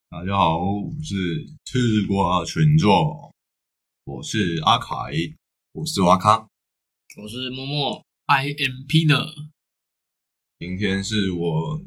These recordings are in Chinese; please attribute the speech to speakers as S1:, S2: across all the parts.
S1: 大家好，我是吃瓜群众，我是阿凯，
S2: 我是瓦卡，
S3: 我是默默。
S4: I am Pina。
S1: 今天是我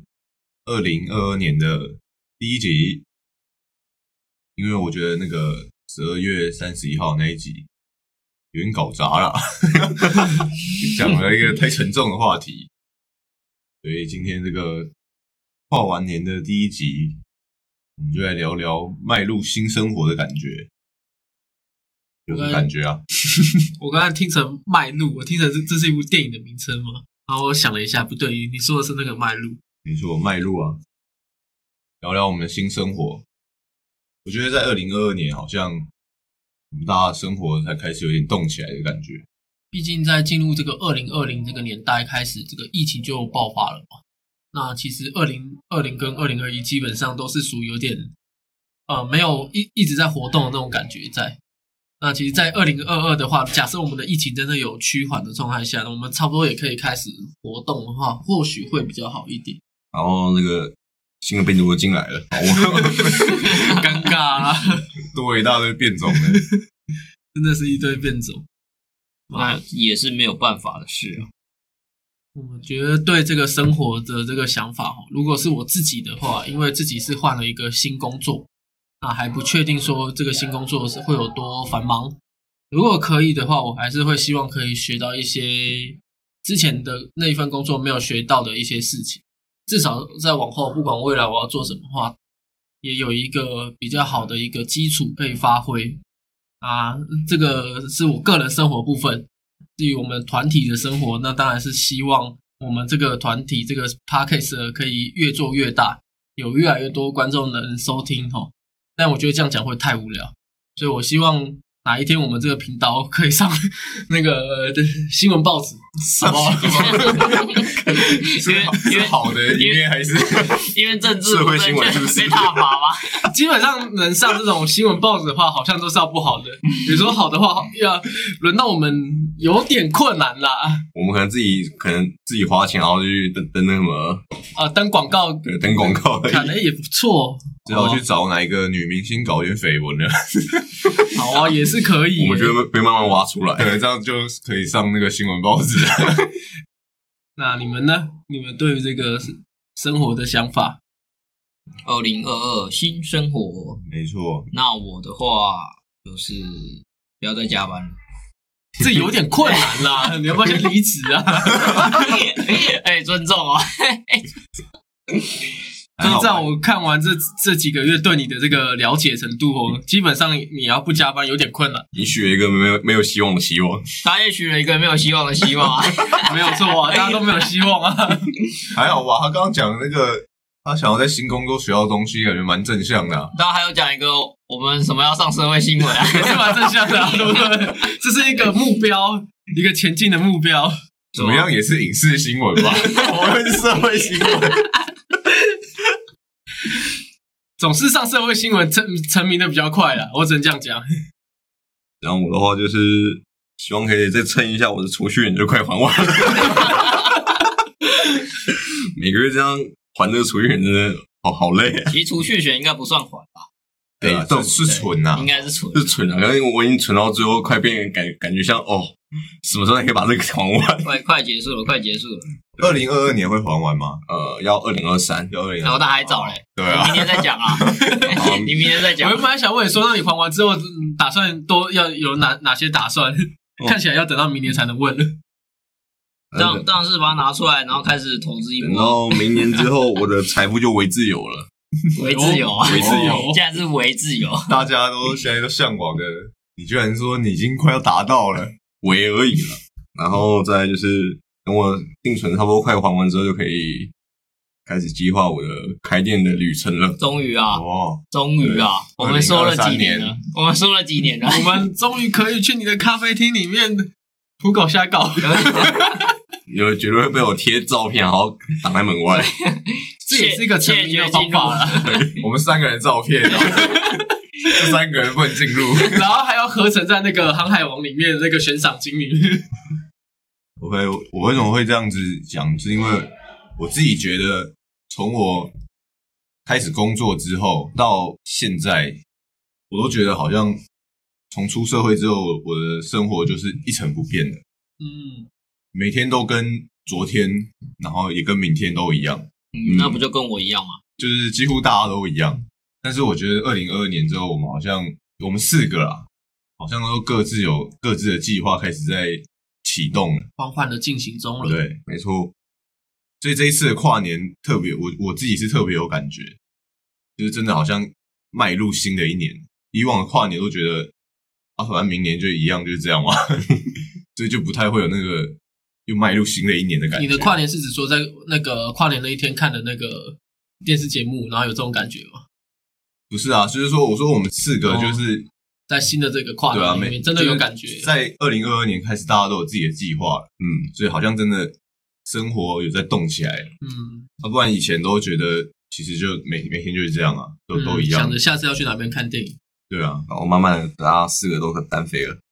S1: 2022年的第一集，因为我觉得那个12月31号那一集有点搞砸了，讲了一个太沉重的话题，所以今天这个跨完年的第一集，我们就来聊聊迈入新生活的感觉。有什么感觉啊？
S4: 我刚才听成迈入，我听成这是一部电影的名称吗？然后我想了一下，不对，你说的是那个迈入。
S1: 没错，迈入啊，聊聊我们的新生活。我觉得在2022年，好像我们大家生活才开始有点动起来的感觉。
S4: 毕竟在进入这个2020这个年代开始，这个疫情就爆发了嘛。那其实2020跟2021基本上都是属于有点没有一直在活动的那种感觉在。那其实，在2022的话，假设我们的疫情真的有趋缓的状态下，我们差不多也可以开始活动的话，或许会比较好一点。
S2: 然后那个新的病毒进来了，
S4: 尴尬啊，
S1: 多一大堆变种的，
S4: 真的是一堆变种，
S3: 那也是没有办法的事啊。
S4: 我觉得对这个生活的这个想法，如果是我自己的话，因为自己是换了一个新工作。那还不确定说这个新工作是会有多繁忙，如果可以的话，我还是会希望可以学到一些之前的那一份工作没有学到的一些事情，至少在往后不管未来我要做什么的话，也有一个比较好的一个基础可以发挥啊。这个是我个人生活部分。至于我们团体的生活，那当然是希望我们这个团体这个 podcast 可以越做越大，有越来越多观众能收听齁。但我觉得这样讲会太无聊，所以我希望哪一天我们这个频道可以上那个新闻报纸，什么？
S1: 因为好的一面还是
S3: 因为政治
S1: 社会新闻是不是
S3: 被挞伐吗？
S4: 基本上能上这种新闻报纸的话，好像都是要不好的。比如说好的话，要轮到我们有点困难啦。
S2: 我们可能自己花钱，然后去登那什么
S4: 登广告，
S2: 对，登广告而已，
S4: 可能也不错。
S1: 只好去找哪一个女明星搞点绯闻了。
S4: 好啊，也是可以。
S2: 我们就会被慢慢挖出来，
S1: 对，这样就可以上那个新闻报纸。
S4: 那你们呢？你们对于这个生活的想法
S3: ？2022新生活，
S1: 没错。
S3: 那我的话就是不要再加班了。
S4: 这有点困难啦，你要不要先离职啊？
S3: 尊重哦。
S4: 就在我看完这几个月对你的这个了解程度基本上你要不加班有点困难。
S2: 你许了一个没有希望的希望，
S3: 他也许了一个没有希望的希望啊。
S4: 没有错啊，大家都没有希望啊。
S1: 还好吧，他刚刚讲那个他想要在新工作学到的东西，感觉蛮正向的啊。
S3: 当然还有讲一个我们什么要上社会新闻啊，
S4: 也是蛮正向的啊，对不对？这是一个目标，一个前进的目标。
S1: 怎么样也是影视新闻吧？我们是社会新闻。
S4: 总是上社会新闻成名的比较快啦，我只能这样讲。
S2: 然后我的话就是希望可以再撑一下我的储蓄，就快还完了。每个月这样还这个储蓄真的好累啊。
S3: 其实储蓄险应该不算还吧？
S1: 对啊，是存啊，
S3: 应该是存，
S2: 是存啊。因为我已经存到最后，快变感觉像什么时候才可以把这个还完？
S3: 快结束了
S1: ，2022年会还完吗？
S2: 要2023，
S1: 要2023。
S3: 然后那还早嘞，
S1: 对啊，
S3: 你明天再讲啊。你明天再讲。
S4: 我本来想问你说，那你还完之后，打算都要有哪些打算？看起来要等到明年才能问了。
S3: 当然是把它拿出来，然后开始投资一波。
S2: 然后明年之后，我的财富就为自由了。
S3: 为自由啊！
S2: 为自由，
S3: 现在是为自由。
S1: 大家都现在都向往的，你居然说你已经快要达到了，
S2: 为而已了。然后再就是等我定存差不多快还完之后，就可以开始计划我的开店的旅程了。
S3: 终于啊！终于啊！我们说了几年了？我
S4: 们终于可以去你的咖啡厅里面胡搞瞎搞。
S2: 有绝对会被我贴照片，然后挡在门外。
S4: 这也是一个成名的方法啦。
S1: 我们3个人照片，然后这3个人不能进入，
S4: 然后还要合成在那个航海王里面的那个悬赏金里面。
S1: 我为什么会这样子讲？是因为我自己觉得，从我开始工作之后到现在，我都觉得好像从出社会之后，我的生活就是一成不变的。每天都跟昨天，然后也跟明天都一样。
S3: 那不就跟我一样吗？
S1: 就是几乎大家都一样。但是我觉得2022年之后，我们4个啦，好像都各自有各自的计划开始在启动了，
S4: 缓缓的进行中了。
S1: 对，没错。所以这一次的跨年特别，我自己是特别有感觉，就是真的好像迈入新的一年。以往的跨年都觉得反正明年就一样，就是这样嘛，所以就不太会有那个又迈入新的一年的感觉。
S4: 你的跨年是指说在那个跨年那一天看的那个电视节目，然后有这种感觉吗？
S1: 不是啊，就是说我说我们4个就是
S4: 在新的这个跨年里面真的有感觉。
S1: 在2022年开始，大家都有自己的计划了，所以好像真的生活有在动起来了，不然以前都觉得其实就每天就是这样啊，都一样，
S4: 想着下次要去哪边看电影。
S1: 对啊，
S2: 然后慢慢的大家4个都单飞了。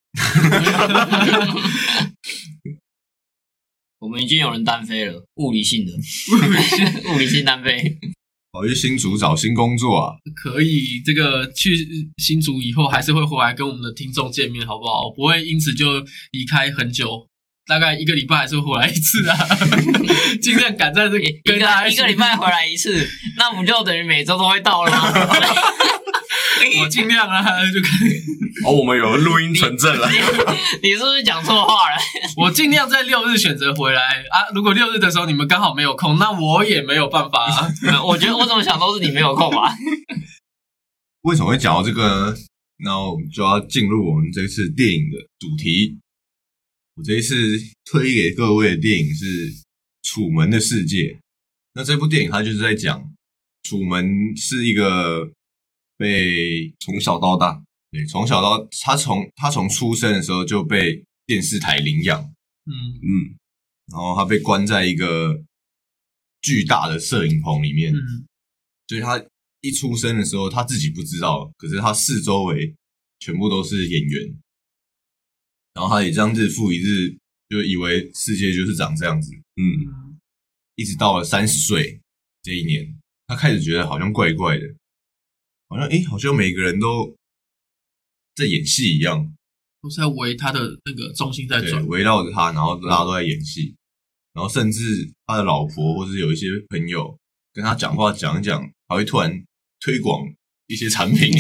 S3: 我们已经有人单飞了，物理性单飞。
S1: 跑去新竹找新工作啊？
S4: 可以，这个去新竹以后还是会回来跟我们的听众见面，好不好？不会因此就离开很久，大概1个礼拜还是会回来一次啊，尽量赶在这个跟大家
S3: 一个礼拜回来一次，那不就等于每周都会到了吗？
S4: 我尽量啊，就可以。
S2: 我们有录音存证了。
S3: 你是不是讲错话了？
S4: 我尽量在6日选择回来啊。如果6日的时候你们刚好没有空，那我也没有办法啊。
S3: 我觉得我怎么想都是你没有空吧。
S1: 为什么会讲到这个呢？那我们就要进入我们这次电影的主题。我这一次推给各位的电影是《楚门的世界》。那这部电影它就是在讲楚门是一个被
S2: 从小到大，
S1: 对，从小到他从出生的时候就被电视台领养，然后他被关在一个巨大的摄影棚里面，所以他一出生的时候他自己不知道，可是他四周围全部都是演员，然后他也这样日复一日就以为世界就是长这样子，一直到了30岁这一年，他开始觉得好像怪怪的。好像每个人都在演戏一样，
S4: 都是在围他的那个中心在转，
S1: 围绕着他，然后大家都在演戏，然后甚至他的老婆或是有一些朋友跟他讲话讲一讲，还会突然推广一些产品，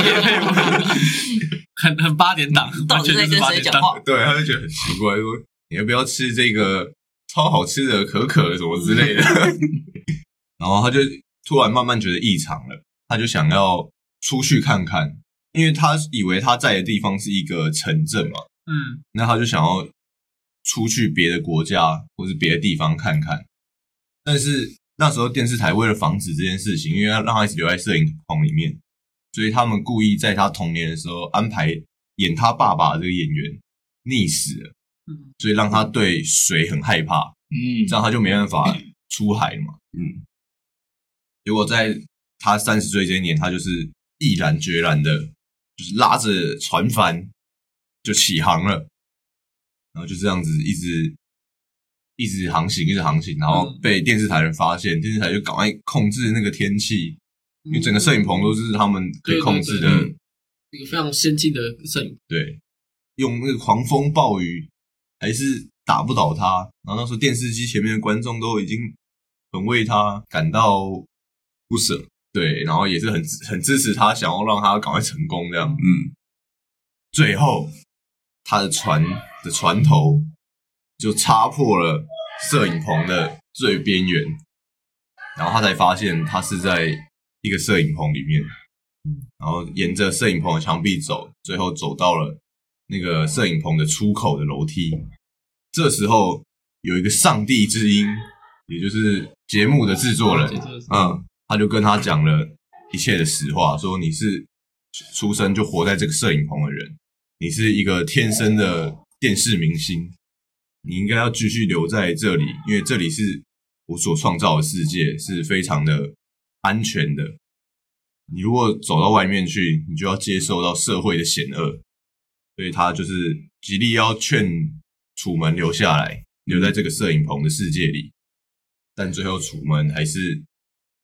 S4: 很8点档，
S3: 到底在跟谁讲话？
S1: 对，他就觉得很奇怪，说你要不要吃这个超好吃的可可什么之类的，然后他就突然慢慢觉得异常了。他就想要出去看看，因为他以为他在的地方是一个城镇嘛，那他就想要出去别的国家或是别的地方看看。但是那时候电视台为了防止这件事情，因为要让他一直留在摄影棚里面，所以他们故意在他童年的时候安排演他爸爸的这个演员溺死了，所以让他对水很害怕，这样他就没办法出海了嘛，结果在他30岁这一年，他就是毅然决然的，就是拉着船帆就起航了，然后就这样子一直航行，然后被电视台人发现，电视台就赶快控制那个天气，因为整个摄影棚都是他们可以控制的，
S4: 一个非常先进的摄影，
S1: 对，用那个狂风暴雨还是打不倒他，然后那时候电视机前面的观众都已经很为他感到不舍。对，然后也是很支持他，想要让他赶快成功这样。最后他的船头就插破了摄影棚的最边缘，然后他才发现他是在一个摄影棚里面，然后沿着摄影棚的墙壁走，最后走到了那个摄影棚的出口的楼梯。这时候有一个上帝之音，也就是节目的制作人，他就跟他讲了一切的实话，说你是出生就活在这个摄影棚的人，你是一个天生的电视明星，你应该要继续留在这里，因为这里是我所创造的世界，是非常的安全的。你如果走到外面去，你就要接受到社会的险恶，所以他就是极力要劝楚门留下来，留在这个摄影棚的世界里。但最后楚门还是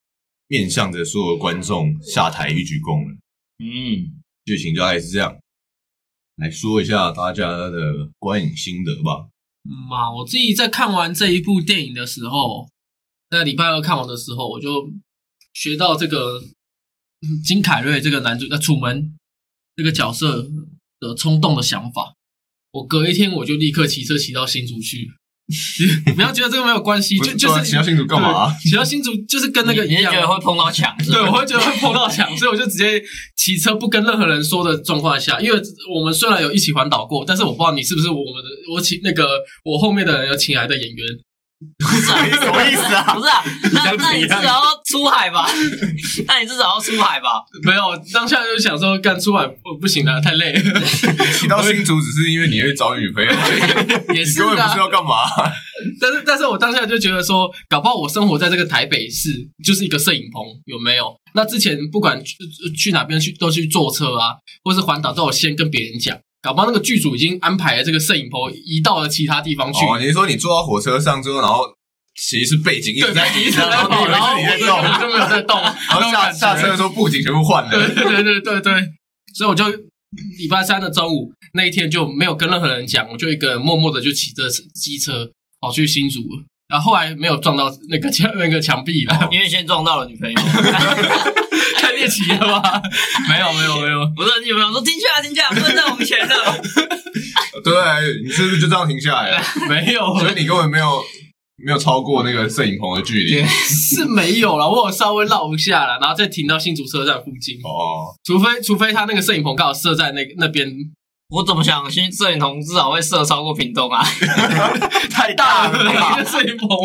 S1: 面向着所有观众下台一鞠躬了。剧情大概是这样。来说一下大家的观影心得吧。
S4: 我自己在看完这一部电影的时候，在礼拜二看完的时候，我就学到这个金凯瑞这个男主楚门这个角色的冲动的想法。我隔一天我就立刻骑车骑到新竹去。不要觉得这个没有关系，就是
S1: 骑到新竹干嘛？
S4: 骑到新竹就是跟那个一样，
S3: 你觉得会碰到墙？
S4: 对，我会觉得会碰到墙，所以我就直接骑车，不跟任何人说的状况下，因为我们虽然有一起环岛过，但是我不知道你是不是我后面的人有请来的演员。
S3: 什么意思啊？不是啊，那你至少要出海吧？那你至少要出海吧？
S4: 没有，当下就想说干出海不行了，太累了。
S1: 骑到新竹只是因为你会找女朋友，
S4: 也是
S1: 根本不是要干嘛。
S4: 但是我当下就觉得说，搞不好我生活在这个台北市就是一个摄影棚，有没有？那之前不管去哪边都去坐车啊，或是环岛，都有先跟别人讲。搞不好那个剧组已经安排了这个摄影棚移到了其他地方去。
S1: 你是说你坐到火车上之后，然后其实是背景一直在移，
S4: 然后你在动，我就没有在动，然
S1: 后下车的时候布景全部换了。
S4: 对，所以我就礼拜三的中午那一天就没有跟任何人讲，我就一个人默默的就骑着机车跑去新竹了。然后后来没有撞到那个墙壁了，
S3: 因为先撞到了女朋友。
S4: 太猎奇了吧？没有，
S3: 不是女朋友说停下，不能再往前了。
S1: 对，你是不是就这样停下来了？
S4: 没有，
S1: 所以你根本没有超过那个摄影棚的距离。
S4: 是没有啦，我有稍微绕一下啦，然后再停到新竹车站附近。除非他那个摄影棚刚好设在那边。
S3: 我怎么想，新摄影棚至少会设超过屏东啊？
S4: 太大了，一个摄影棚。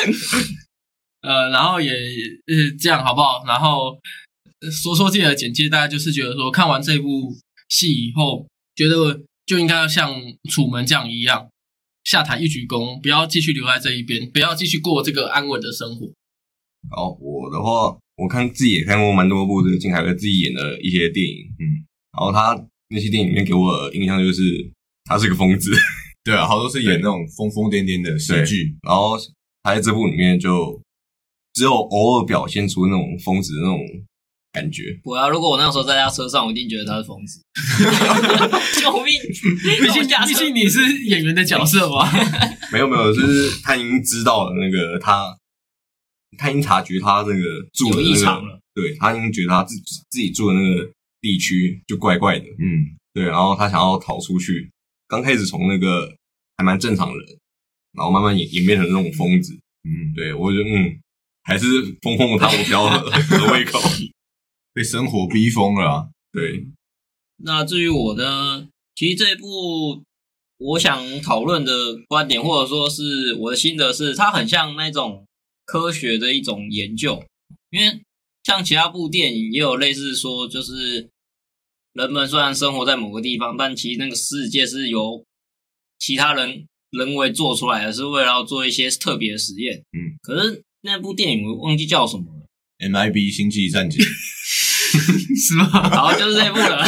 S4: 然后也这样好不好？然后说自己的简介，大概就是觉得说，看完这部戏以后，觉得就应该要像楚门这样一样，下台一鞠躬，不要继续留在这一边，不要继续过这个安稳的生活。
S2: 好，我的话，我自己也看过蛮多部这个金凯瑞自己演的一些电影，然后他那些电影里面给我的印象就是他是个疯子，
S1: 对啊，他都是演那种疯疯癫癫的喜剧，
S2: 然后他在这部里面就只有偶尔表现出那种疯子的那种感觉。
S3: 如果我那时候在他车上，我一定觉得他是疯子。救命！
S4: 毕竟你是演员的角色嘛。
S2: 没有，就是他已经知道了那个他已经察觉他这个住的那个，对，他已经觉得他自己住的那个地区就怪怪的，对，然后他想要逃出去。刚开始从那个还蛮正常的人，然后慢慢演变成那种疯子，对，我觉得还是疯汤我比较合胃口。
S1: 被生活逼疯了啊。
S2: 对，
S3: 那至于我呢，其实这一部我想讨论的观点，或者说是我的心得是，它很像那种科学的一种研究，因为像其他部电影也有类似说，就是人们虽然生活在某个地方，但其实那个世界是由其他人为做出来的，是为了要做一些特别的实验。可是那部电影我忘记叫什么了。
S1: MIB 星际战警。
S4: 是吗？
S3: 好，就是这一部了。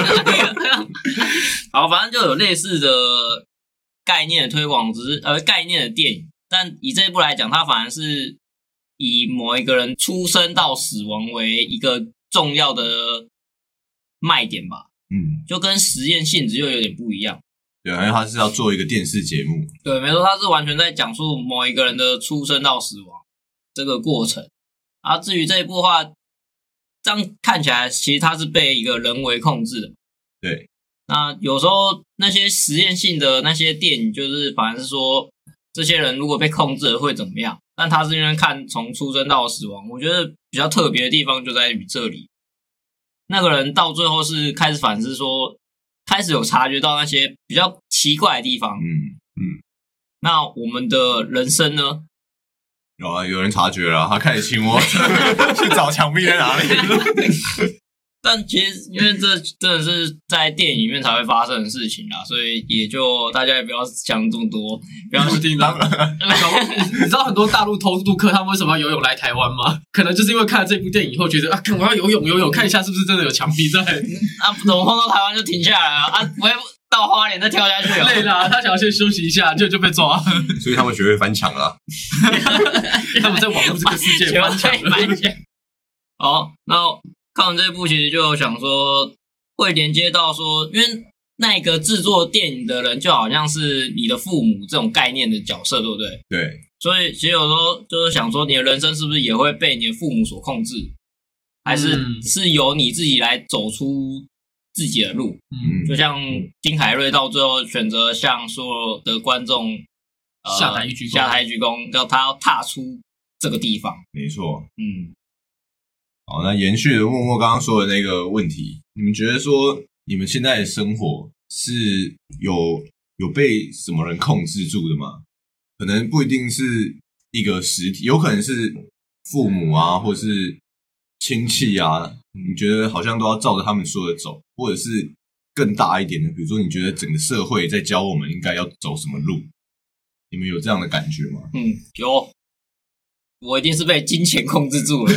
S3: 好，反正就有类似的概念的推广，只是概念的电影。但以这一部来讲，它反而是以某一个人出生到死亡为一个重要的卖点吧。就跟实验性质又有点不一样。
S1: 对，因为它是要做一个电视节目。
S3: 对，没错，它是完全在讲述某一个人的出生到死亡这个过程。至于这一部的话，这样看起来其实它是被一个人为控制的。
S1: 对，
S3: 那有时候那些实验性的那些电影，就是反而是说这些人如果被控制了会怎么样，但他是因为看从出生到死亡，我觉得比较特别的地方就在于这里，那个人到最后是开始反思说，开始有察觉到那些比较奇怪的地方。那我们的人生呢？
S1: 有人察觉了，他开始骑摩托车去找墙壁在哪里。
S3: 但其实因为这真的是在电影里面才会发生的事情啦，所以也就大家也不要想这么多，不要去听。
S4: 你知道很多大陆偷渡客他们为什么要游泳来台湾吗？可能就是因为看了这部电影以后，觉得看我要游泳，看一下是不是真的有墙壁在。
S3: 怎么碰到台湾就停下来了不会到花莲再跳下去了？
S4: 累了，他想要先休息一下，就被抓。
S2: 所以他们学会翻墙了。
S4: 他们在网络这个世界翻墙。
S3: 好，那看完这部其实就想说，会连接到说，因为那个制作电影的人就好像是你的父母这种概念的角色，对不对？
S1: 对，
S3: 所以其实有时候就是想说，你的人生是不是也会被你的父母所控制，还是是由你自己来走出自己的路？就像金海瑞到最后选择向所有的观众
S4: 下台一鞠
S3: 躬，他要踏出这个地方。
S1: 没错，好，那延续了默默刚刚说的那个问题，你们觉得说你们现在的生活是有被什么人控制住的吗？可能不一定是一个实体，有可能是父母啊，或是亲戚啊，你觉得好像都要照着他们说的走，或者是更大一点的，比如说你觉得整个社会在教我们应该要走什么路，你们有这样的感觉吗？
S3: 有，我一定是被金钱控制住了。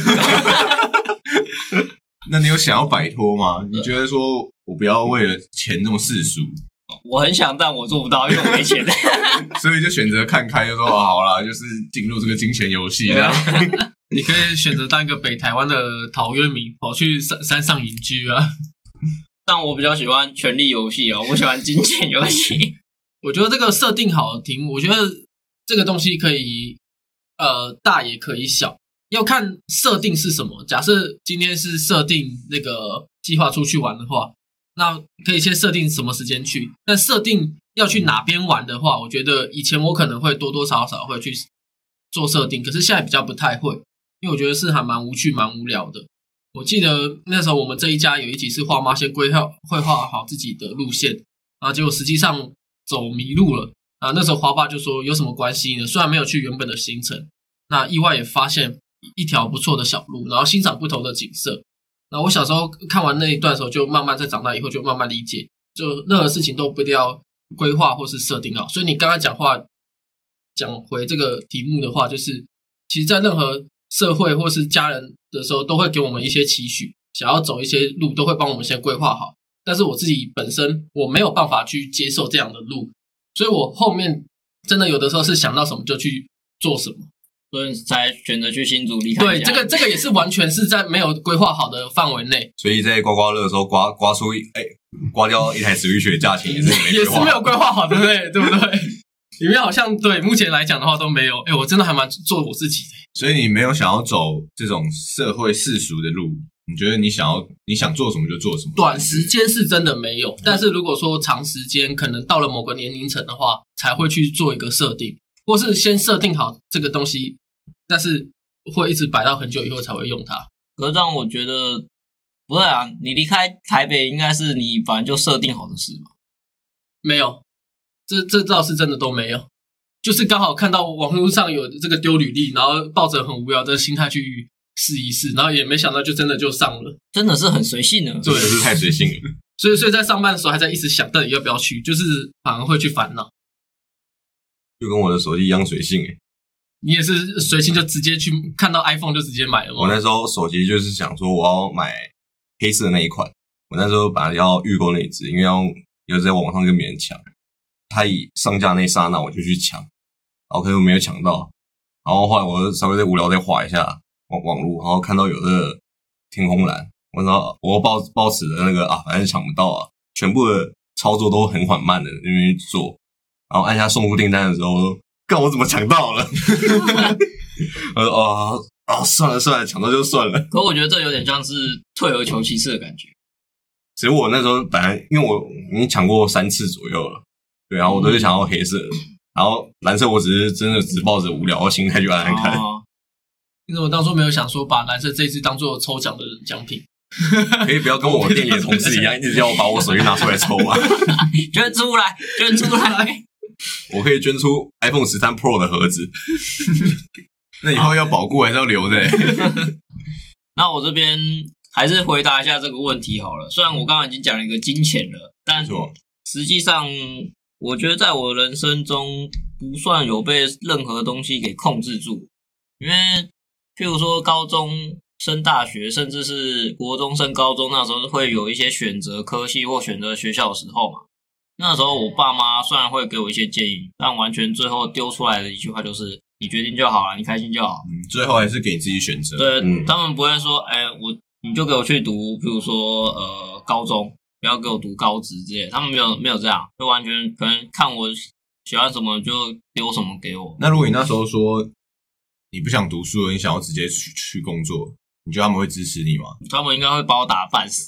S1: 那你有想要摆脱吗？你觉得说我不要为了钱这么世俗？
S3: 我很想，但我做不到，因为我没钱。
S1: 所以就选择看开，就说好啦，就是进入这个金钱游戏这样。
S4: 你可以选择当一个北台湾的陶渊明，跑去山上隐居啊。
S3: 但我比较喜欢权力游戏我不喜欢金钱游戏。
S4: 我觉得这个设定好的题目，我觉得这个东西可以大也可以小，要看设定是什么。假设今天是设定那个计划出去玩的话，那可以先设定什么时间去。但设定要去哪边玩的话，我觉得以前我可能会多多少少会去做设定，可是现在比较不太会，因为我觉得是还蛮无趣蛮无聊的。我记得那时候我们这一家有一集是花妈先绘画好自己的路线，然后结果实际上走迷路了啊。那时候花爸就说有什么关系呢？虽然没有去原本的行程，那意外也发现一条不错的小路，然后欣赏不同的景色。那我小时候看完那一段的时候，就慢慢在长大以后就慢慢理解，就任何事情都不一定要规划或是设定好。所以你刚刚讲回这个题目的话，就是其实在任何社会或是家人的时候，都会给我们一些期许，想要走一些路都会帮我们先规划好。但是我自己本身我没有办法去接受这样的路，所以我后面真的有的时候是想到什么就去做什么，
S3: 所以才选择去新竹离开家。
S4: 对，这个也是完全是在没有规划好的范围内。
S2: 所以在刮刮乐的时候刮掉一台Switch的价钱也是
S4: 没有规划好的，对不对？里面好像对目前来讲的话都没有。我真的还蛮做我自己的。
S1: 所以你没有想要走这种社会世俗的路，你觉得你想做什么就做什么？
S4: 短时间是真的没有，但是如果说长时间，可能到了某个年龄层的话，才会去做一个设定，或是先设定好这个东西，但是会一直摆到很久以后才会用它。
S3: 可是这样我觉得不对啊，你离开台北应该是你本来就设定好的事嘛。
S4: 没有，这倒是真的都没有，就是刚好看到网络上有这个丢履历，然后抱着很无聊的心态去试一试，然后也没想到就真的就上了，
S3: 真的是很随性的，
S2: 对，是太随性了。
S4: 所以在上班的时候还在一直想到底要不要去，就是反而会去烦恼。
S2: 就跟我的手机一样随性
S4: 你也是随性就直接去看到 iPhone 就直接买了吗？
S2: 我那时候手机就是想说我要买黑色的那一款，我那时候本来要预购那一只，因为要在网上跟别人抢，他一上架那一刹那我就去抢，然后可是我没有抢到，然后后来我稍微在无聊再滑一下网路，然后看到有这个天空蓝，我说我抱持的那个反正抢不到啊，全部的操作都很缓慢的那边做，然后按下送出订单的时候，干我怎么抢到了？我说算了，抢到就算了。
S3: 可我觉得这有点像是退而求其次的感觉。
S2: 其实我那时候本来因为我已经抢过3次左右了，对，然后我都是想要黑色的，然后蓝色我只抱着无聊的心态去按看。
S4: 你怎么当初没有想说把蓝色这一次当做抽奖的奖品？
S2: 可以不要跟我店里的同事一样，一直叫我把我手机拿出来抽吗？
S3: 捐出来！
S2: 我可以捐出 iPhone 13 Pro 的盒子。
S1: 那以后要保固还是要留的？
S3: 那我这边还是回答一下这个问题好了。虽然我刚刚已经讲了一个金钱了，但实际上我觉得在我人生中不算有被任何东西给控制住。因为譬如说高中升大学，甚至是国中升高中，那时候会有一些选择科系或选择学校的时候嘛。那时候我爸妈虽然会给我一些建议，但完全最后丢出来的一句话就是你决定就好了，你开心就好。
S1: 最后还是给你自己选择。
S3: 对，他们不会说，你就给我去读，比如说高中，不要给我读高职之类的，他们没有这样，就完全可能看我喜欢什么就丢什么给我。
S1: 那如果你那时候说你不想读书了，你想要直接去工作，你觉得他们会支持你吗？
S3: 他们应该会把我打半死。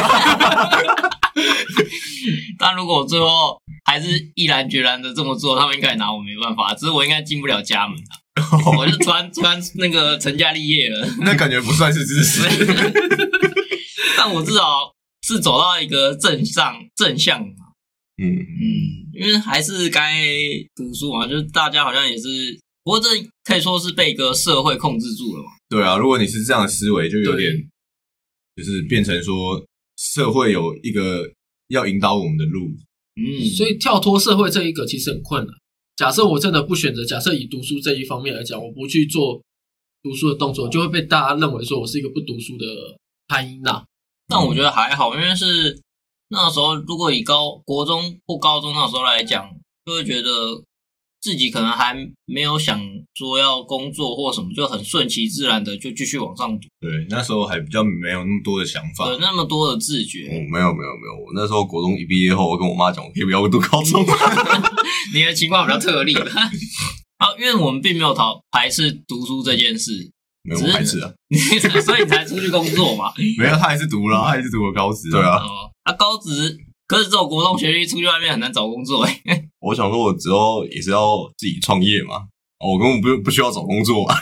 S3: 但如果我最后还是毅然决然的这么做，他们应该也拿我没办法，只是我应该进不了家门我就突然那个成家立业了。
S1: 那感觉不算是支持。
S3: 但我至少是走到一个正向嘛。因为还是该读书嘛，就是大家好像也是，不过这可以说是被一个社会控制住了嘛。
S1: 对啊，如果你是这样的思维，就有点就是变成说社会有一个要引导我们的路。
S4: 所以跳脱社会这一个其实很困难。假设我真的不选择，假设以读书这一方面来讲，我不去做读书的动作，就会被大家认为说我是一个不读书的潘英娜。
S3: 但我觉得还好，因为是那时候如果以国中或高中那时候来讲，就会觉得自己可能还没有想说要工作或什么，就很顺其自然的就继续往上读。
S1: 对，那时候还比较没有那么多的想法，
S3: 对，那么多的自觉。
S2: 没有，我那时候国中一毕业后，我跟我妈讲，我可以不要读高中。
S3: 你的情况比较特例因为我们并没有排斥读书这件事。
S2: 没有排斥啊，
S3: 所以你才出去工作嘛？
S1: 没有，他还是读了，他还是读了高职。
S2: 对啊，
S3: 高职可是只有国中学历，出去外面很难找工作
S2: 我想说，我之后也是要自己创业嘛，我根本不需要找工作啊。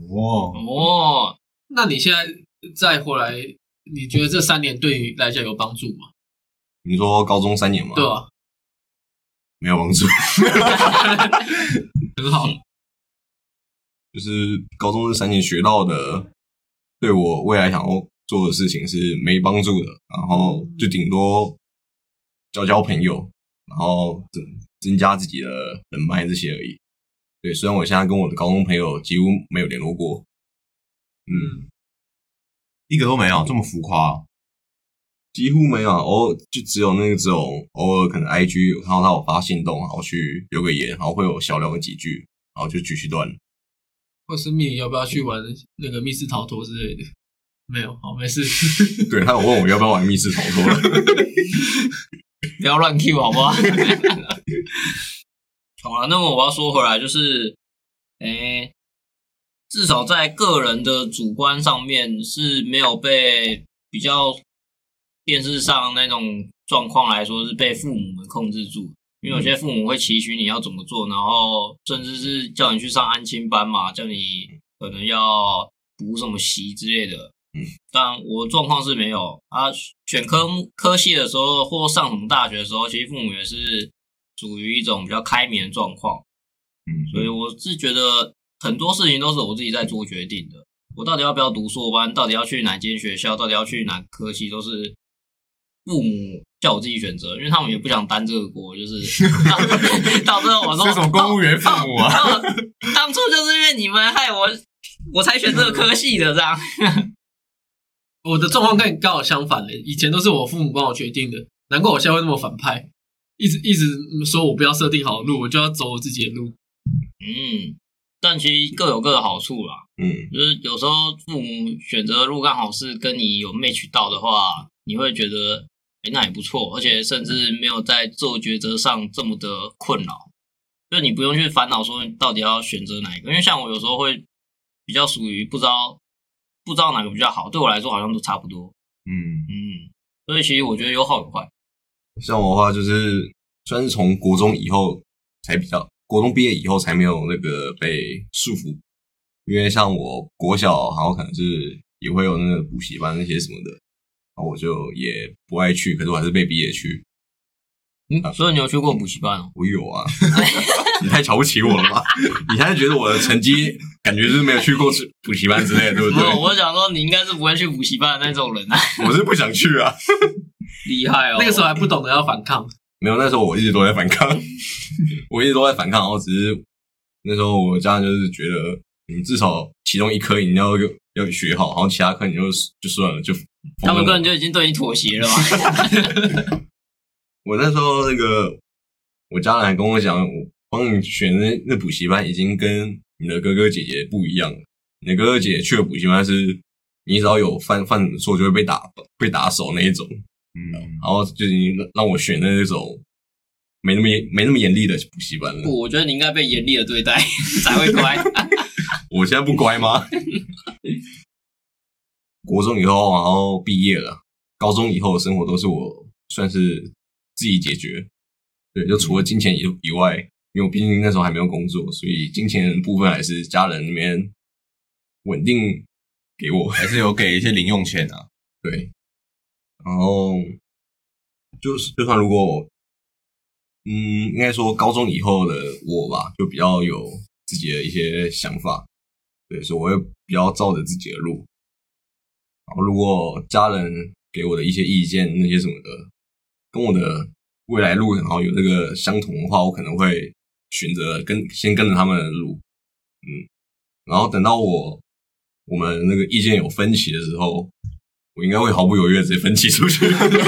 S4: 那你现在再回来，你觉得这3年对你来讲有帮助吗？
S2: 你说高中3年吗？
S4: 对啊，
S2: 没有帮助。
S4: 很好。
S2: 就是高中这3年学到的，对我未来想要做的事情是没帮助的，然后就顶多交朋友，然后增加自己的人脉这些而已。对，虽然我现在跟我的高中朋友几乎没有联络过，
S1: 一个都没有，这么浮夸。
S2: 几乎没有，就只有那种偶尔可能 IG 看到他有发限动，然后去留个言，然后会有小聊个几句，然后就继续断了。
S4: 或是你要不要去玩那个密室逃脱之类的？没有，好，没事。
S2: 对，他有问我要不要玩密室逃脱
S3: 不要乱 Q 好不好？好了，那么我要说回来，就是至少在个人的主观上面是没有被比较电视上那种状况来说是被父母们控制住。因为有些父母会期许你要怎么做，然后甚至是叫你去上安亲班嘛，叫你可能要补什么习之类的。但我的状况是没有选科系的时候或上什么大学的时候，其实父母也是属于一种比较开明的状况。所以我是觉得很多事情都是我自己在做决定的。我到底要不要读硕班，到底要去哪间学校，到底要去哪科系，都是父母叫我自己选择，因为他们也不想担这个锅，就是到最后我说
S1: 这种公务员父母啊，
S3: 当初就是因为你们害我才选这个科系的这样。
S4: 我的状况跟你刚好相反以前都是我父母帮我决定的，难怪我现在会那么反派，一直说我不要设定好的路，我就要走我自己的路。
S3: 但其实各有各的好处啦。就是有时候父母选择的路刚好是跟你有 match 到的话，你会觉得那也不错，而且甚至没有在做抉择上这么的困扰，就你不用去烦恼说你到底要选择哪一个。因为像我有时候会比较属于不知道哪个比较好，对我来说好像都差不多。所以其实我觉得有好有坏。
S2: 像我的话就是算是从国中以后才国中毕业以后才没有那个被束缚，因为像我国小然后可能是也会有那个补习班那些什么的，然后我就也不爱去，可是我还是被逼着去。
S3: 所以你有去过补习班哦？
S2: 我有啊。你太瞧不起我了吧？你现在觉得我的成绩感觉就是没有去过补习班之类的，对不对？
S3: 我想说你应该是不会去补习班的那种人啊。
S2: 我是不想去啊。
S3: 厉害哦！
S4: 那个时候还不懂得要反抗。
S2: 没有，那时候我一直都在反抗。然后只是那时候我家人就是觉得你至少其中一科你要学好，然后其他科你就算了，就
S3: 他们个人就已经对你妥协了嘛。
S2: 我那时候我家人还跟我讲，我帮你选那补习班已经跟你的哥哥姐姐不一样，你的哥哥姐姐去了补习班是，你只要有犯错就会被打手那一种，然后就是你让我选那种没那么严厉的补习班了。
S3: 不，我觉得你应该被严厉的对待才会乖。
S2: 我现在不乖吗？国中以后，然后毕业了，高中以后的生活都是我算是自己解决。对，就除了金钱以外，因为我毕竟那时候还没有工作，所以金钱的部分还是家人那边稳定给我，
S1: 还是有给一些零用钱啊。
S2: 对，然后就算如果应该说高中以后的我吧，就比较有自己的一些想法，对，所以我会比较照着自己的路。然后如果家人给我的一些意见那些什么的，跟我的未来路然后有这个相同的话，我可能会选择先跟着他们的路，然后等到我们那个意见有分歧的时候，我应该会毫不犹豫的直接分歧出去。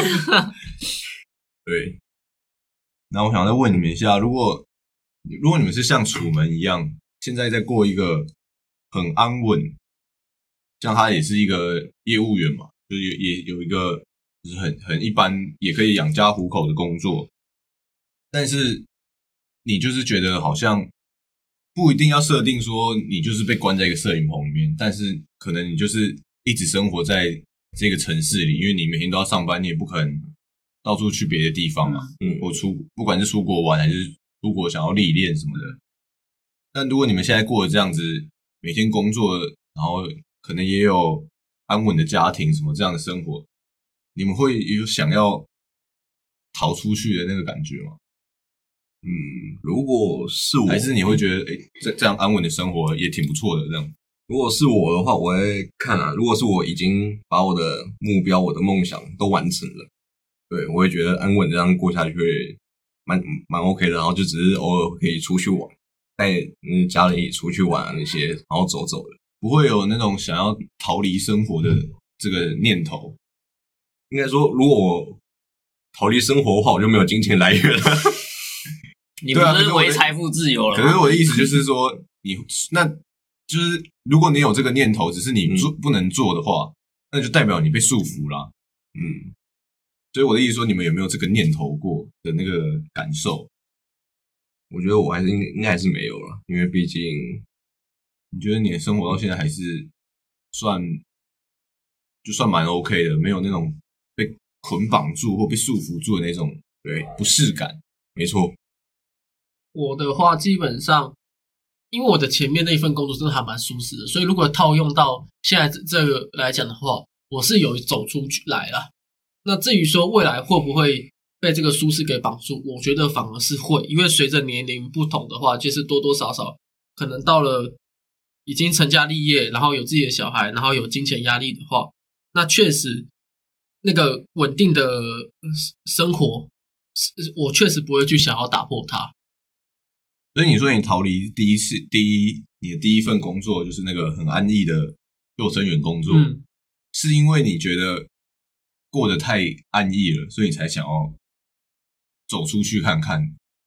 S2: 对，
S1: 那我想再问你们一下，如果你们是像楚门一样，现在在过一个很安稳，像他也是一个业务员嘛，就是也有一个就是很一般，也可以养家糊口的工作，但是你就是觉得好像不一定要设定说你就是被关在一个摄影棚里面，但是可能你就是一直生活在这个城市里，因为你每天都要上班，你也不可能到处去别的地方嘛，或不管是出国玩还是出国想要历练什么的。但如果你们现在过得这样子，每天工作，然后可能也有安稳的家庭什么这样的生活，你们会有想要逃出去的那个感觉吗？
S2: 如果是我，
S1: 还是你会觉得这样安稳的生活也挺不错的这样。
S2: 如果是我的话，我会看啊，如果是我已经把我的目标我的梦想都完成了，对，我会觉得安稳这样过下去会蛮 OK 的，然后就只是偶尔可以出去玩，带家人一起出去玩那些，然后走走的，
S1: 不会有那种想要逃离生活的这个念头。
S2: 应该说，如果我逃离生活的话，我就没有金钱来源了。
S3: 你不是为财富自由了吗？
S1: 可是我的意思就是说，那就是如果你有这个念头，只是你不能做的话，那就代表你被束缚啦。所以我的意思说，你们有没有这个念头过的那个感受？
S2: 我觉得我还是应该还是没有了，因为毕竟
S1: 你觉得你的生活到现在还是算蛮 OK 的，没有那种被捆绑住或被束缚住的那种不适感。
S2: 没错。
S4: 我的话基本上，因为我的前面那一份工作真的还蛮舒适的，所以如果套用到现在这个来讲的话，我是有走出去来啦。那至于说未来会不会被这个舒适给绑住，我觉得反而是会，因为随着年龄不同的话，就是多多少少可能到了已经成家立业，然后有自己的小孩，然后有金钱压力的话，那确实那个稳定的生活，我确实不会去想要打破它。
S1: 所以你说你逃离你的第一份工作就是那个很安逸的救生员工作，是因为你觉得过得太安逸了，所以你才想要走出去看看？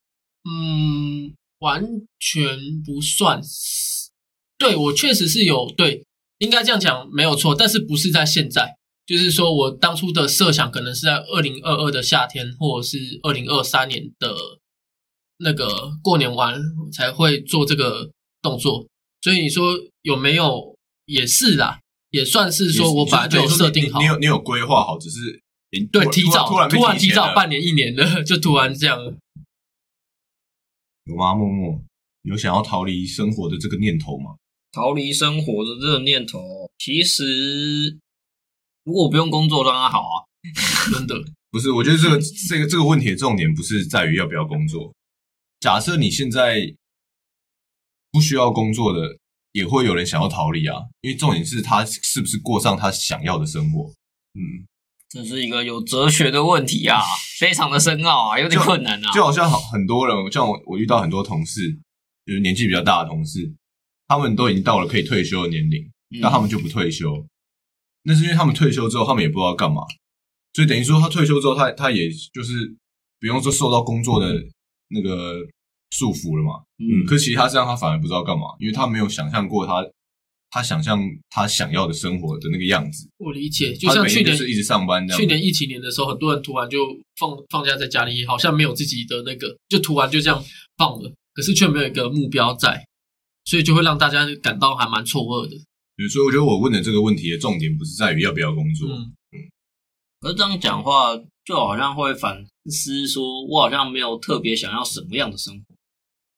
S4: 完全不算是。对，我确实是有，对，应该这样讲没有错，但是不是在现在，就是说我当初的设想可能是在2022的夏天，或者是2023年的那个过年完才会做这个动作，所以你说有没有也是啦，也算是说我本来就有设定好，
S1: 你有规划好，只是
S4: 对突然提早半年1年的，就突然这样了。
S1: 有吗？默默有想要逃离生活的这个念头吗？
S3: 逃离生活的这个念头，其实如果不用工作当然好啊，
S4: 真的
S1: 不是。我觉得这个问题的重点不是在于要不要工作。假设你现在不需要工作的，也会有人想要逃离啊，因为重点是他是不是过上他想要的生活。
S3: 这是一个有哲学的问题啊，非常的深奥啊，有点困难啊。
S1: 就好像很多人，像我遇到很多同事，就是年纪比较大的同事，他们都已经到了可以退休的年龄，但他们就不退休。那是因为他们退休之后，他们也不知道干嘛，所以等于说他退休之后，他也就是不用说受到工作的那个束缚了嘛。可其实他这样他反而不知道干嘛，因为他没有想象过他想象他想要的生活的那个样子。
S4: 我理解，就像去年
S1: 就是一直上班这样。
S4: 去年疫情年的时候，很多人突然就放假在家里，好像没有自己的那个，就突然就这样放了，可是却没有一个目标在，所以就会让大家感到还蛮错愕的。
S1: 所以我觉得我问的这个问题的重点不是在于要不要工作。
S3: 可是这样讲话就好像会反思说，我好像没有特别想要什么样的生活。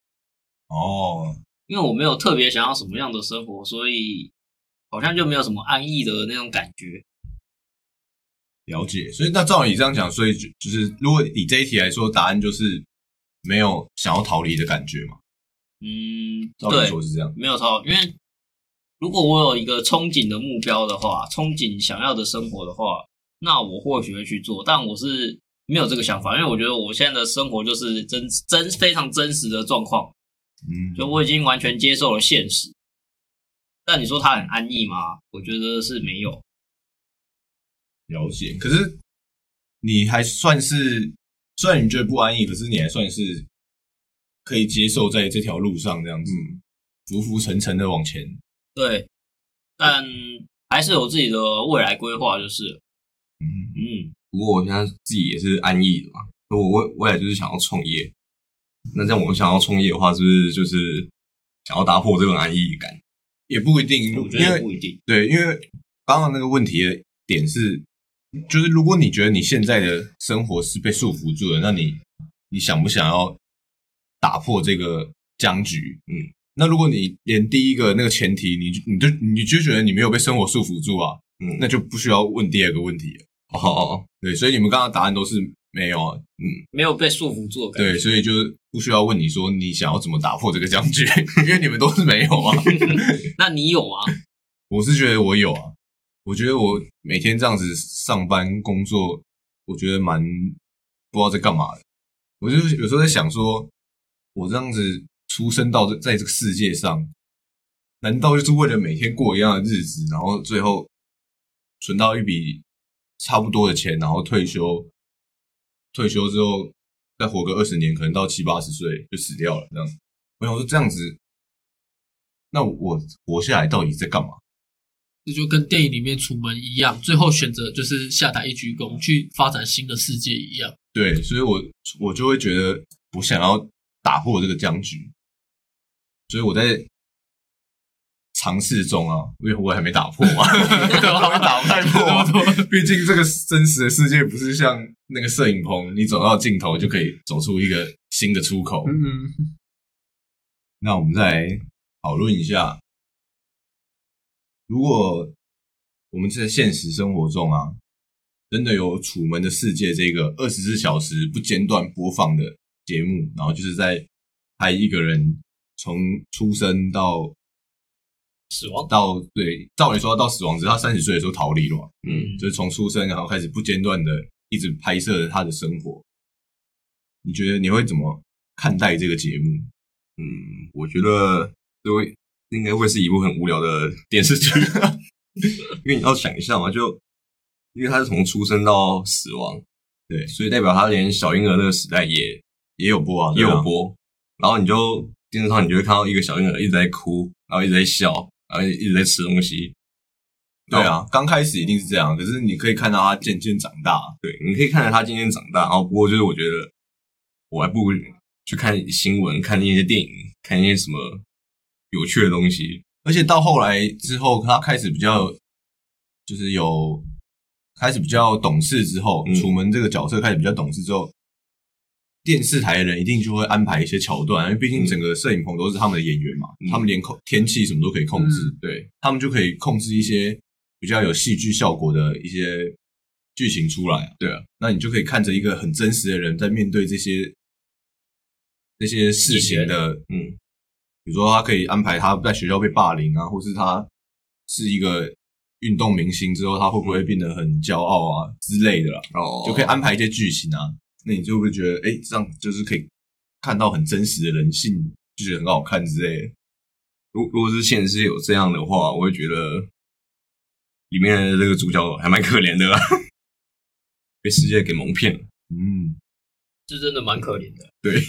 S3: 因为我没有特别想要什么样的生活，所以好像就没有什么安逸的那种感觉。
S1: 了解，所以那照你这样讲，所以就是如果以这一题来说，答案就是没有想要逃离的感觉嘛？照理说是这样，
S3: 没有逃，因为如果我有一个憧憬的目标的话，憧憬想要的生活的话，那我或许会去做，但我是没有这个想法，因为我觉得我现在的生活就是非常真实的状况。就我已经完全接受了现实，但你说他很安逸吗？我觉得是没有。
S1: 了解，可是你还算是，虽然你觉得不安逸，可是你还算是可以接受在这条路上这样子，浮浮沉沉的往前。
S3: 对，但还是有自己的未来规划，就是。
S2: 不过我现在自己也是安逸的嘛，我未来就是想要创业。那这样我想要创业的话，是不是就是想要打破这种安逸感？
S1: 也不一定，
S3: 我觉得不一定。
S1: 对，因为刚刚那个问题的点是，就是如果你觉得你现在的生活是被束缚住的，那你想不想要打破这个僵局？那如果你连第一个那个前提，你就觉得你没有被生活束缚住啊，那就不需要问第二个问题了。对，所以你们刚刚答案都是没有啊，
S3: 没有被束缚住的感觉。
S1: 对，所以就是不需要问你说你想要怎么打破这个僵局，因为你们都是没有啊。
S3: 那你有吗？
S1: 我是觉得我有啊，我觉得我每天这样子上班工作，我觉得蛮不知道在干嘛的。我就有时候在想说，我这样子出生在这个世界上，难道就是为了每天过一样的日子，然后最后存到一笔差不多的钱，然后退休之后再活个20年，可能到70、80岁就死掉了这样子。我想说这样子，那我活下来到底在干嘛？
S4: 这就跟电影里面楚门一样，最后选择就是下台一鞠躬去发展新的世界一样。
S1: 对，所以我就会觉得我想要打破这个僵局，所以我在尝试中啊，因为我还没打破嘛，我还没打不太破。毕竟这个真实的世界不是像那个摄影棚，你走到尽头就可以走出一个新的出口。那我们再来讨论一下，如果我们在现实生活中啊，真的有《楚门的世界》这个24小时不间断播放的节目，然后就是在拍一个人从出生到
S3: 死亡，
S1: 对，照理说到死亡，只是他30岁的时候逃离了嘛。就是从出生然后开始不间断的一直拍摄他的生活。你觉得你会怎么看待这个节目？
S2: 我觉得应该会是一部很无聊的电视剧，因为你要想一下嘛，就因为他是从出生到死亡，对，所以代表他连小婴儿那个时代也有播啊，也有播。然后你就电视上你就会看到一个小婴儿一直在哭，然后一直在笑，然后一直在吃东西。
S1: 对啊，刚开始一定是这样，可是你可以看到他渐渐长大。
S2: 对，你可以看着他渐渐长大。然后不过就是我觉得我还不如去看新闻，看那些电影，看那些什么有趣的东西。
S1: 而且到后来之后，他开始比较懂事之后，楚门这个角色开始比较懂事之后，电视台的人一定就会安排一些桥段，因为毕竟整个摄影棚都是他们的演员嘛，他们连天气什么都可以控制，对，他们就可以控制一些比较有戏剧效果的一些剧情出来。对啊，那你就可以看着一个很真实的人在面对这些事情的，比如说他可以安排他在学校被霸凌啊，或是他是一个运动明星之后，他会不会变得很骄傲啊之类的啦，就可以安排一些剧情啊。那你就会觉得，这样就是可以看到很真实的人性，就觉得很好看之类的。
S2: 如果是现实有这样的话，我会觉得里面的这个主角还蛮可怜的啦，被世界给蒙骗了。
S3: 是真的蛮可怜的。
S2: 对，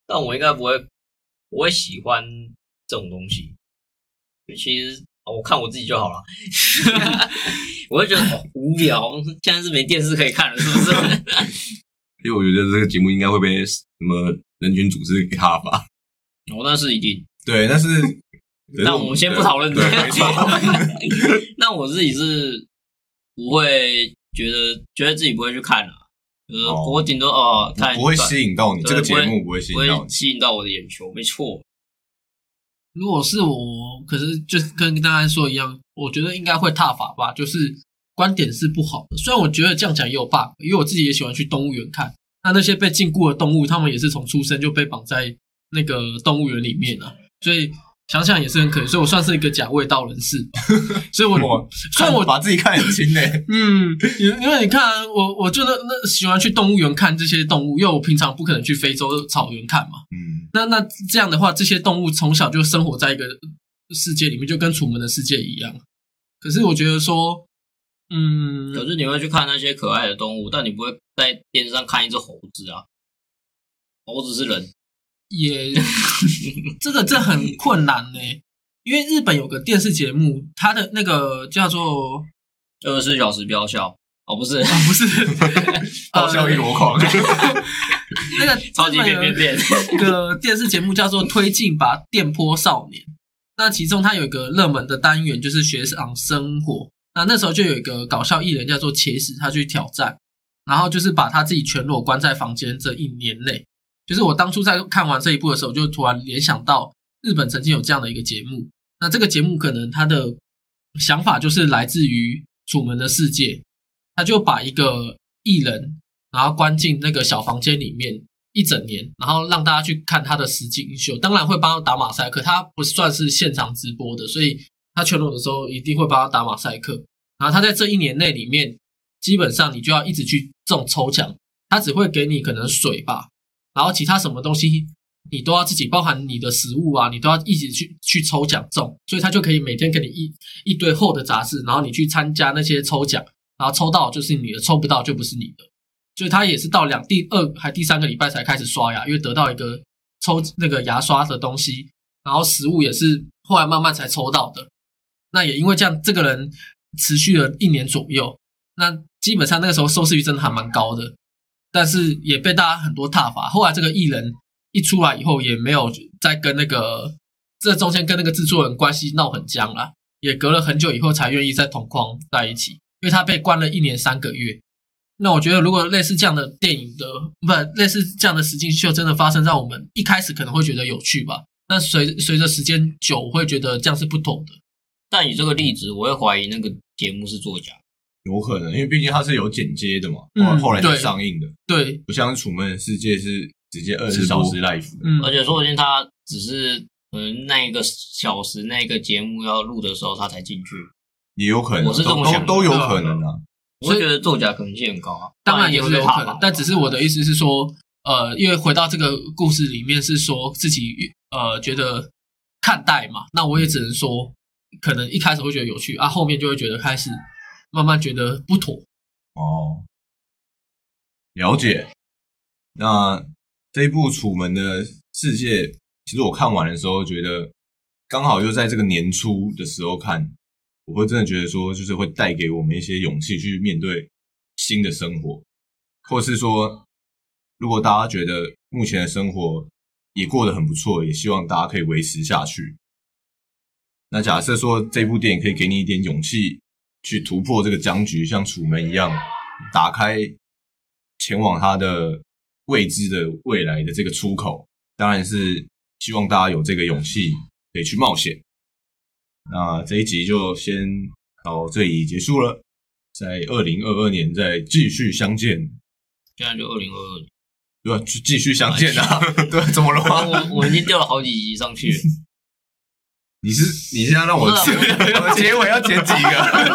S3: 但我应该不会喜欢这种东西。其实我看我自己就好了，我会觉得无聊。现在是没电视可以看了，是不是？
S2: 因为我觉得这个节目应该会被什么人群组织给踏伐。
S3: 那是一定。
S1: 对，但是
S3: 那我们先不讨论这个。那我自己是不会觉得自己不会去看啦。我顶多看
S1: 不会吸引到你，这个节目不会吸
S3: 引到我的眼球，没错。
S4: 如果是我，可是就跟大家说一样，我觉得应该会踏伐吧，就是观点是不好的。虽然我觉得这样讲也有 bug， 因为我自己也喜欢去动物园看，那些被禁锢的动物，他们也是从出生就被绑在那个动物园里面了，所以想想也是很可怜，所以我算是一个假味道人士。所以虽然我
S1: 把自己看很轻嘞，
S4: 因为你看我就那喜欢去动物园看这些动物，因为我平常不可能去非洲草原看嘛。那这样的话，这些动物从小就生活在一个世界里面，就跟楚门的世界一样。可是我觉得说，
S3: 可是你会去看那些可爱的动物，但你不会在电视上看一只猴子啊。猴子是人。
S4: 也这很困难呢，因为日本有个电视节目，它的那个叫做
S3: 24小时飙笑，不是
S1: 爆笑一箩筐，
S4: 那个
S3: 超级变
S4: 那个电视节目叫做推进吧电波少年。那其中它有一个热门的单元就是学长生活，那时候就有一个搞笑艺人叫做茄子，他去挑战，然后就是把他自己全裸关在房间这1年内。就是我当初在看完这一部的时候，就突然联想到日本曾经有这样的一个节目。那这个节目可能它的想法就是来自于楚门的世界，他就把一个艺人然后关进那个小房间里面1整年，然后让大家去看他的实景秀，当然会帮他打马赛克，他不算是现场直播的，所以他全裸的时候一定会帮他打马赛克。然后他在这1年内里面，基本上你就要一直去这种抽奖，他只会给你可能水吧，然后其他什么东西你都要自己，包含你的食物啊，你都要一直去抽奖中，所以他就可以每天给你一堆厚的杂志，然后你去参加那些抽奖，然后抽到就是你的，抽不到就不是你的。所以他也是到第2还第3个礼拜才开始刷牙，因为得到一个抽那个牙刷的东西，然后食物也是后来慢慢才抽到的。那也因为这样，这个人持续了1年左右，那基本上那个时候收视率真的还蛮高的，但是也被大家很多挞伐。后来这个艺人一出来以后，也没有再跟这中间跟那个制作人关系闹很僵啦，也隔了很久以后才愿意再同框在一起，因为他被关了1年3个月。那我觉得如果类似这样的电影类似这样的实境秀真的发生在我们一开始可能会觉得有趣吧，但随着时间久我会觉得这样是不妥的。
S3: 但以这个例子，我会怀疑那个节目是作假。
S1: 有可能，因为毕竟它是有剪接的嘛，后来才上映的。
S4: 对，
S1: 不像《楚门的世界》是直接24小时 live 的。
S3: 而且说不定他只是那一个小时那个节目要录的时候他才进去，
S1: 也有可能，
S3: 我是这么想的，
S1: 都有可能啊。
S3: 我觉得作假可能性很高啊，
S4: 当然也是有可能，但只是我的意思是说，因为回到这个故事里面是说自己觉得看待嘛，那我也只能说，可能一开始会觉得有趣啊，后面就会觉得开始慢慢觉得不妥。
S1: 哦，了解。那这一部《楚门的世界》，其实我看完的时候觉得，刚好就在这个年初的时候看。我会真的觉得说，就是会带给我们一些勇气去面对新的生活，或是说，如果大家觉得目前的生活也过得很不错，也希望大家可以维持下去。那假设说这部电影可以给你一点勇气，去突破这个僵局，像楚门一样，打开前往他的未知的未来的这个出口，当然是希望大家有这个勇气可以去冒险。那这一集就先到这里结束了，在2022年再继续相见。
S3: 现在就2022年，
S1: 对吧？继续相见啊！对，怎么了吗？
S3: 我已经掉了好几集上去了。
S1: 你现在让我结尾要剪几个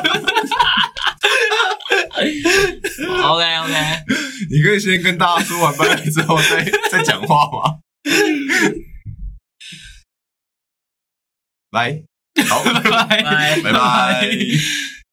S3: ？OK，
S1: 你可以先跟大家说完拜拜之后再讲话吗？拜。好，拜拜。